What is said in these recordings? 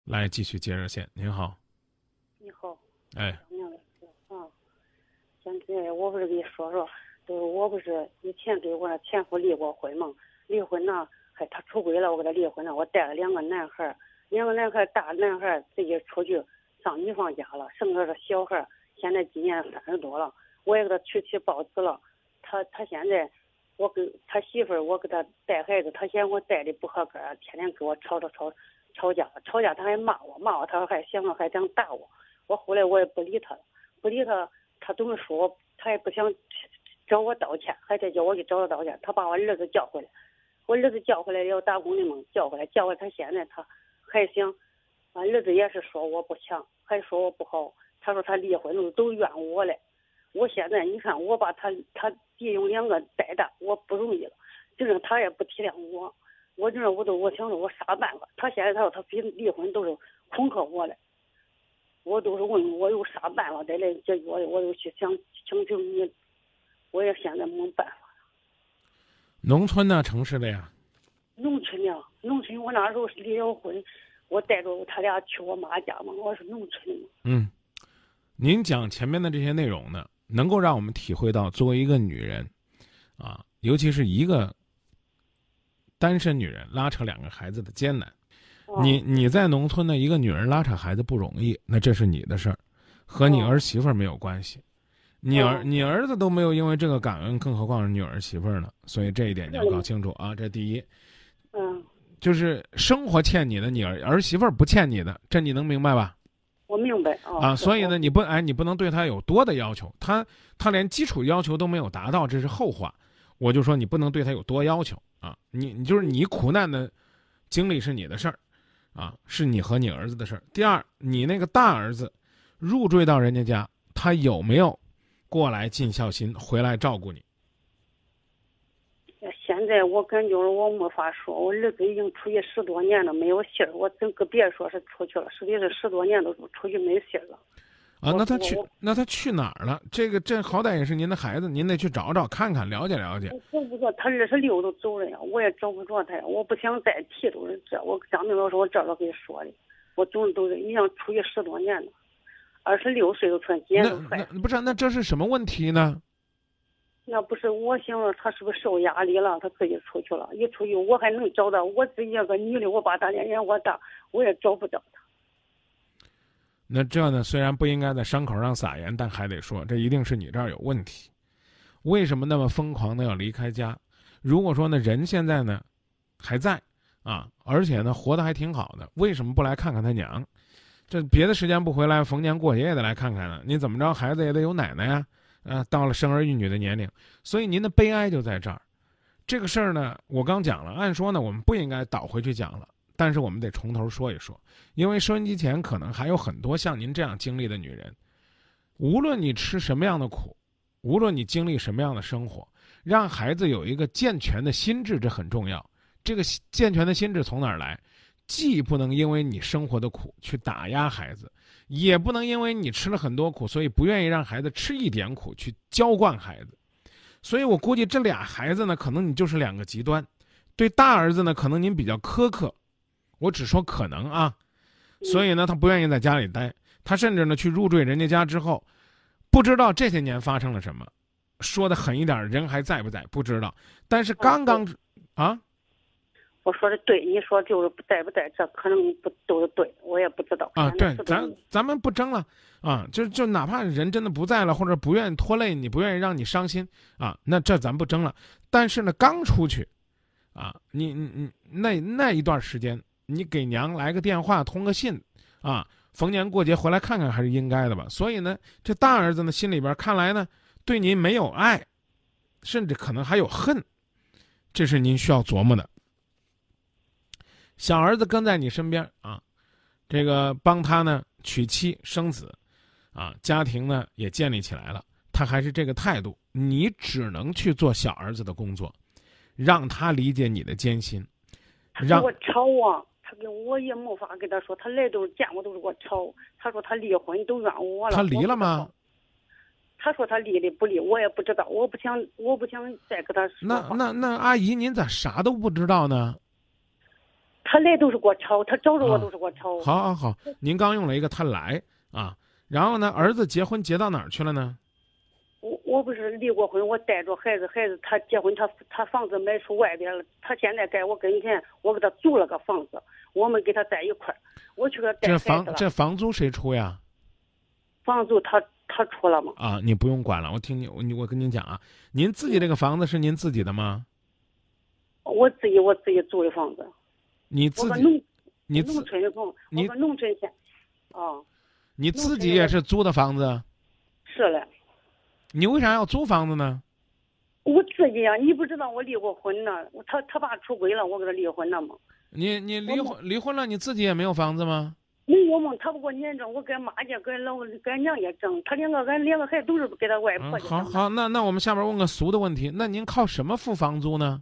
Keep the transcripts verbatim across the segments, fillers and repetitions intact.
来继续接热线。您好。 你好。 哎。 啊，现在我不是跟你说说，就是我不是以前跟我前夫离过婚嘛，离婚呢，还他出轨了，我跟他离婚了，我带了两个男孩，两个男孩大男孩自己出去上女方家了，剩下的小孩现在今年三十多了，我也给他娶妻抱子了，他他现在我跟他媳妇儿，我给他带孩子，他嫌我带的不合格，天天跟我吵吵吵吵架，吵架他还骂我，骂我他还嫌我还想打我，我后来我也不理他了，不理他，他总是说我，他也不想找我道歉，还得叫我去找他道歉，他把我儿子叫回来，我儿子叫回来要打工的嘛，叫回来叫回来，他现在他还想，俺儿子也是说我不强，还说我不好，他说他离婚了都怨我嘞。我现在你看，我把他他弟兄两个带大，我不容易了，就是他也不体谅我，我这我都我想说我啥办法？他现在他说他非离婚都是恐吓我嘞，我都是问我有啥办法再来解决的，我就去想请求你，我也现在没办法。 农村呢，城市的呀？ 农村的，农村我那时候离了婚，我带着他俩去我妈家嘛，我是农村的嘛。 嗯，您讲前面的这些内容呢，能够让我们体会到作为一个女人，啊，尤其是一个单身女人拉扯两个孩子的艰难。 哦、 你你在农村的一个女人拉扯孩子不容易，那这是你的事儿，和你儿媳妇儿没有关系。你儿你儿子都没有因为这个感恩，更何况是你儿媳妇儿呢？所以这一点你要搞清楚啊，这第一。 嗯， 就是生活欠你的，你儿儿媳妇儿不欠你的，这你能明白吧？ 我明白啊。 啊，所以呢，你不哎，你不能对他有多的要求，他他连基础要求都没有达到，这是后话。我就说你不能对他有多要求啊，你你就是你苦难的经历是你的事儿，啊，是你和你儿子的事儿。第二，你那个大儿子入赘到人家家，他有没有过来尽孝心，回来照顾你？ 现在我感觉我没法说，我儿子已经出去十多年了，没有信儿。我真个别说是出去了，实际是十多年都出去没信儿了。 啊，那他去那他去哪儿了？这个这好歹也是您的孩子，您得去找找看看，了解了解。 我找不着，他二十六都走了呀，我也找不着他呀。我不想再提，都是这。我张明老师，我这都跟你说的，我总是都是，你像出去十多年了，二十六岁都穿几年都那那不是那这是什么问题呢？ 那不是我想着他是不是受压力了，他自己出去了，一出去我还能找到我自己一个女的，我把他脸眼我大，我也找不到他。 那这呢，虽然不应该在伤口上撒盐，但还得说，这一定是你这儿有问题。为什么那么疯狂的要离开家？如果说呢，人现在呢还在啊，而且呢活得还挺好的，为什么不来看看他娘？这别的时间不回来，逢年过节也得来看看呢。你怎么着，孩子也得有奶奶呀。啊，到了生儿育女的年龄，所以您的悲哀就在这儿。这个事儿呢，我刚讲了，按说呢，我们不应该倒回去讲了，但是我们得从头说一说，因为收音机前可能还有很多像您这样经历的女人，无论你吃什么样的苦，无论你经历什么样的生活，让孩子有一个健全的心智，这很重要。这个健全的心智从哪儿来？既不能因为你生活的苦去打压孩子，也不能因为你吃了很多苦，所以不愿意让孩子吃一点苦去娇惯孩子。所以我估计这俩孩子呢，可能你就是两个极端。对大儿子呢，可能您比较苛刻，我只说可能啊。所以呢，他不愿意在家里待，他甚至呢去入赘人家家之后，不知道这些年发生了什么。说的狠一点，人还在不在不知道。但是刚刚啊。 我说的对，你说就是对不对？这可能不都是对，我也不知道啊。对，咱咱们不争了啊，就就哪怕人真的不在了，或者不愿意拖累你，不愿意让你伤心啊，那这咱不争了。但是呢，刚出去，啊，你你你那那一段时间，你给娘来个电话，通个信，啊，逢年过节回来看看还是应该的吧。所以呢，这大儿子呢心里边看来呢，对您没有爱，甚至可能还有恨，这是您需要琢磨的。小儿子跟在你身边啊，这个帮他呢娶妻生子，啊，家庭呢也建立起来了，他还是这个态度，你只能去做小儿子的工作，让他理解你的艰辛。 让我吵啊，他跟我也没法跟他说，他来都是见我都是我吵，他说他离婚都怨我了。 他离了吗？ 他说他离的不离，我也不知道，我不想我不想再跟他说。 那那那阿姨，您咋啥都不知道呢？ 他来都是给我吵，他找着我都是给我吵。 好好好，您刚用了一个他来啊，然后呢，儿子结婚结到哪儿去了呢？ 我我不是离过婚，我带着孩子，孩子他结婚，他他房子卖出外边了，他现在在我跟前，我给他租了个房子，我们给他在一块儿，我去给他带孩这子了。 房这房租谁出呀？ 房租他他出了吗？ 啊，你不用管了，我听你我我跟您讲啊，您自己这个房子是您自己的吗？ 我自己我自己租的房子， 你自己我个农你农村的房， 你我个农村县，啊， 你自己也是租的房子？ 是嘞。 你为啥要租房子呢？ 我自己呀、啊，你不知道我离过婚呢，他他爸出轨了，我给他离婚了吗？ 你你离婚离婚了，你自己也没有房子吗？ 没有嘛，他不给我撵着，我跟妈家跟老跟娘家挣，他两个俺两个孩子都是给他外婆家挣、 嗯。好好，那那我们下边问个俗的问题，那您靠什么付房租呢？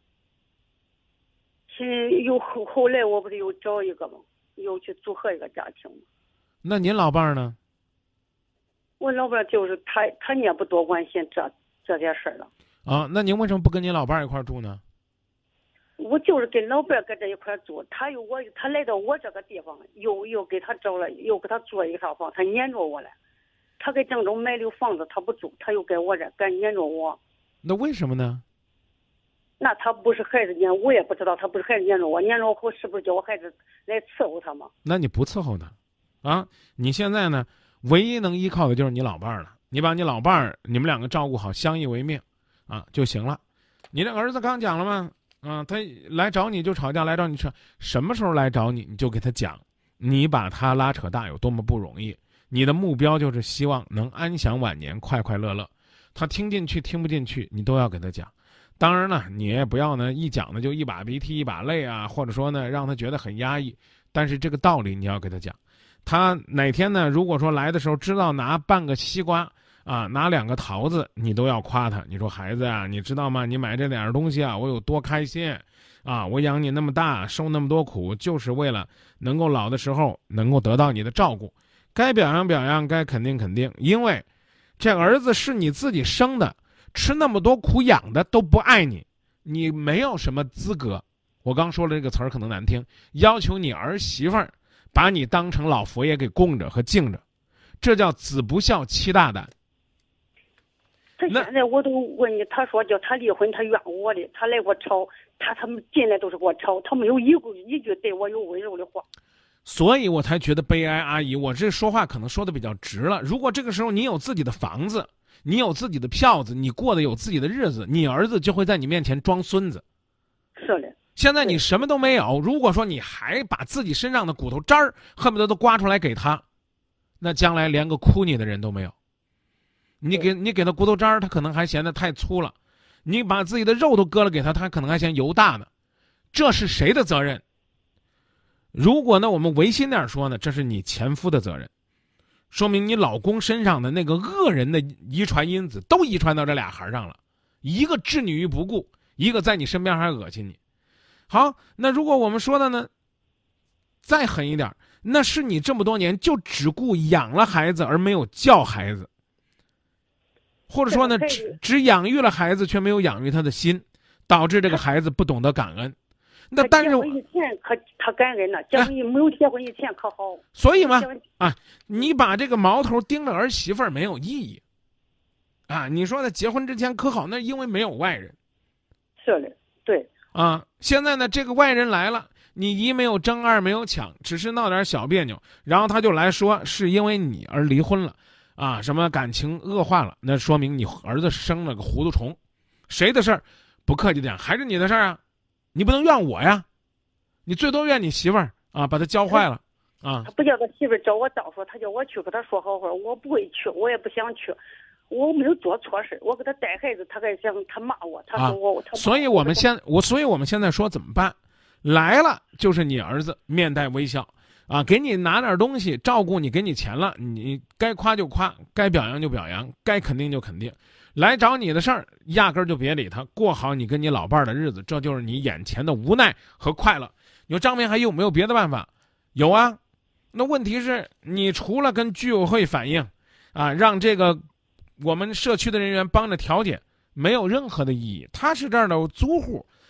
是又后后来我不是又找一个嘛，又去组合一个家庭嘛。 那您老伴儿呢？ 我老伴就是他，他也不多关心这这件事儿了。 啊，那您为什么不跟您老伴儿一块儿住呢？ 我就是跟老伴搁这一块住，他又我他来到我这个地方，又又给他找了，又给他租了一套房，他撵着我了。他给郑州买了房子，他不住，他又在我这敢撵着我。 那为什么呢？ 那他不是孩子撵，我也不知道他不是孩子撵着我，撵着我是不是叫我孩子来伺候他嘛？ 那你不伺候他，啊，你现在呢，唯一能依靠的就是你老伴儿了。你把你老伴儿，你们两个照顾好，相依为命，啊就行了。你这儿子刚讲了吗？啊，他来找你就吵架，来找你吵，什么时候来找你，你就给他讲，你把他拉扯大有多么不容易。你的目标就是希望能安享晚年，快快乐乐。他听进去听不进去，你都要给他讲。当然了，你也不要呢一讲呢就一把鼻涕一把泪啊，或者说呢让他觉得很压抑。但是这个道理你要给他讲。他哪天呢如果说来的时候知道拿半个西瓜啊，拿两个桃子，你都要夸他。你说孩子啊，你知道吗？你买这点东西啊，我有多开心啊！我养你那么大，受那么多苦，就是为了能够老的时候能够得到你的照顾。该表扬表扬，该肯定肯定，因为这儿子是你自己生的，吃那么多苦养的都不爱你，你没有什么资格。我刚说了这个词儿可能难听，要求你儿媳妇儿把你当成老佛爷给供着和敬着，这叫子不孝妻大胆。 他现在我都问你，他说叫他离婚，他怨我的，他来给我吵，他他们进来都是给我吵，他没有一句一句对我有温柔的话。 所以我才觉得悲哀，阿姨，我这说话可能说的比较直了。如果这个时候你有自己的房子，你有自己的票子，你过得有自己的日子，你儿子就会在你面前装孙子。 是的。 现在你什么都没有，如果说你还把自己身上的骨头渣儿恨不得都刮出来给他，那将来连个哭你的人都没有。你给你给他骨头渣儿，他可能还嫌得太粗了；你把自己的肉都割了给他，他可能还嫌油大呢。这是谁的责任？如果呢，我们违心点说呢，这是你前夫的责任，说明你老公身上的那个恶人的遗传因子都遗传到这俩孩上了，一个置你于不顾，一个在你身边还恶心你。好，那如果我们说的呢，再狠一点，那是你这么多年就只顾养了孩子而没有教孩子，或者说呢，只只养育了孩子却没有养育他的心，导致这个孩子不懂得感恩。那但是结婚以前可他感恩了，结婚以没有结婚以前可好。 所以嘛，啊，你把这个矛头盯着儿媳妇儿没有意义，啊，你说的结婚之前可好，那因为没有外人。 是的，对。 啊，现在呢，这个外人来了，你一没有争，二没有抢，只是闹点小别扭，然后他就来说是因为你而离婚了，啊，什么感情恶化了，那说明你儿子生了个糊涂虫。谁的事儿？不客气点，还是你的事儿啊，你不能怨我呀，你最多怨你媳妇儿啊，把他教坏了啊。 他不叫他媳妇儿找我道说，他叫我去跟他说好话，我不会去，我也不想去。我没有做错事，我给他带孩子，他还想他骂我，他说我，啊、他所以我们现我，所以我们现在说怎么办？来了就是你儿子面带微笑啊，给你拿点东西，照顾你，给你钱了，你该夸就夸，该表扬就表扬，该肯定就肯定。来找你的事儿，压根儿就别理他，过好你跟你老伴儿的日子，这就是你眼前的无奈和快乐。你说张明还有没有别的办法？有啊，那问题是你除了跟居委会反映，啊，让这个我们社区的人员帮着调解，没有任何的意义。他是这儿的租户，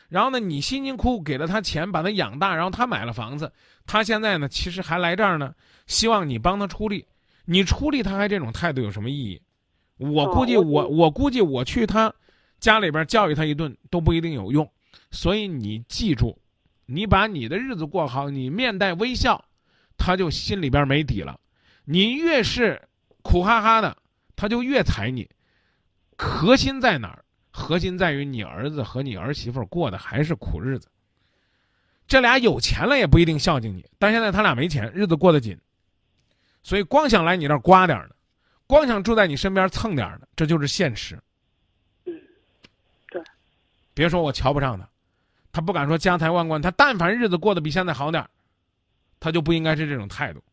然后呢，你辛辛苦苦给了他钱，把他养大，然后他买了房子，他现在呢，其实还来这儿呢，希望你帮他出力。你出力，他还这种态度有什么意义？我估计我、 哦、我我估计我去他家里边教育他一顿都不一定有用。所以你记住，你把你的日子过好，你面带微笑，他就心里边没底了。你越是苦哈哈的，他就越踩你。核心在哪儿？核心在于你儿子和你儿媳妇过的还是苦日子。这俩有钱了也不一定孝敬你，但现在他俩没钱，日子过得紧，所以光想来你这儿刮点的，光想住在你身边蹭点的，这就是现实。 嗯，对。 别说我瞧不上他，他不敢说家财万贯，他但凡日子过得比现在好点，他就不应该是这种态度。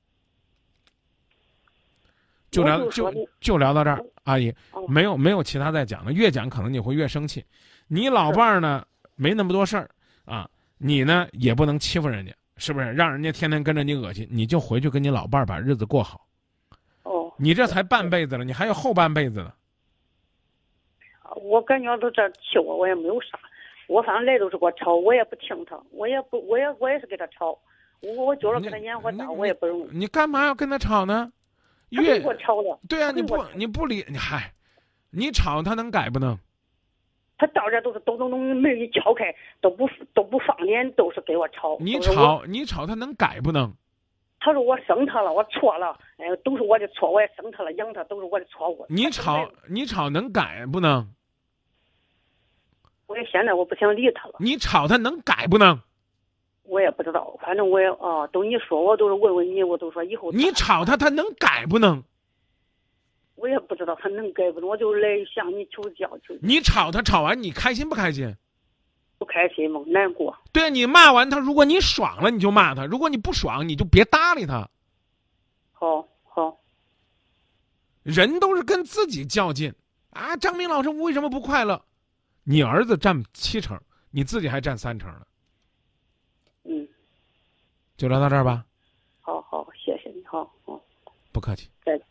就聊就就聊到这儿，阿姨，没有没有其他再讲了，越讲可能你会越生气。你老伴儿呢没那么多事儿啊，你呢也不能欺负人家，是不是？让人家天天跟着你恶心，你就回去跟你老伴儿把日子过好。 哦， 你这才半辈子了，你还有后半辈子呢。 我感觉都这气我，我也没有啥，我反正来都是给我吵，我也不听他，我也不，我也我也是给他吵，我我觉着跟他烟火大，我也不容易。 你干嘛要跟他吵呢？ 越给我吵了。 对啊，你不你不理你嗨，你吵他能改不能？ 他到这都是咚咚咚门一敲开，都不都不放脸，都是给我吵。 你吵你吵他能改不能？ 他说我生他了，我错了，哎，都是我的错，我也生他了，养他都是我的错误。 你吵你吵能改不能？ 我也现在我不想理他了。 你吵他能改不能？ 我也不知道，反正我也啊，都你说我都是问问你，我都说以后。 你吵他，他能改不能？ 我也不知道他能改不能，我就来向你求教求。 你吵他，吵完你开心不开心？ 不开心吗？难过。 对，你骂完他，如果你爽了，你就骂他；如果你不爽，你就别搭理他。 好，好。 人都是跟自己较劲啊！张明老师为什么不快乐？你儿子占七成，你自己还占三成呢。 嗯， 就聊到这儿吧。 好好，谢谢你，好好， 不客气。 再见。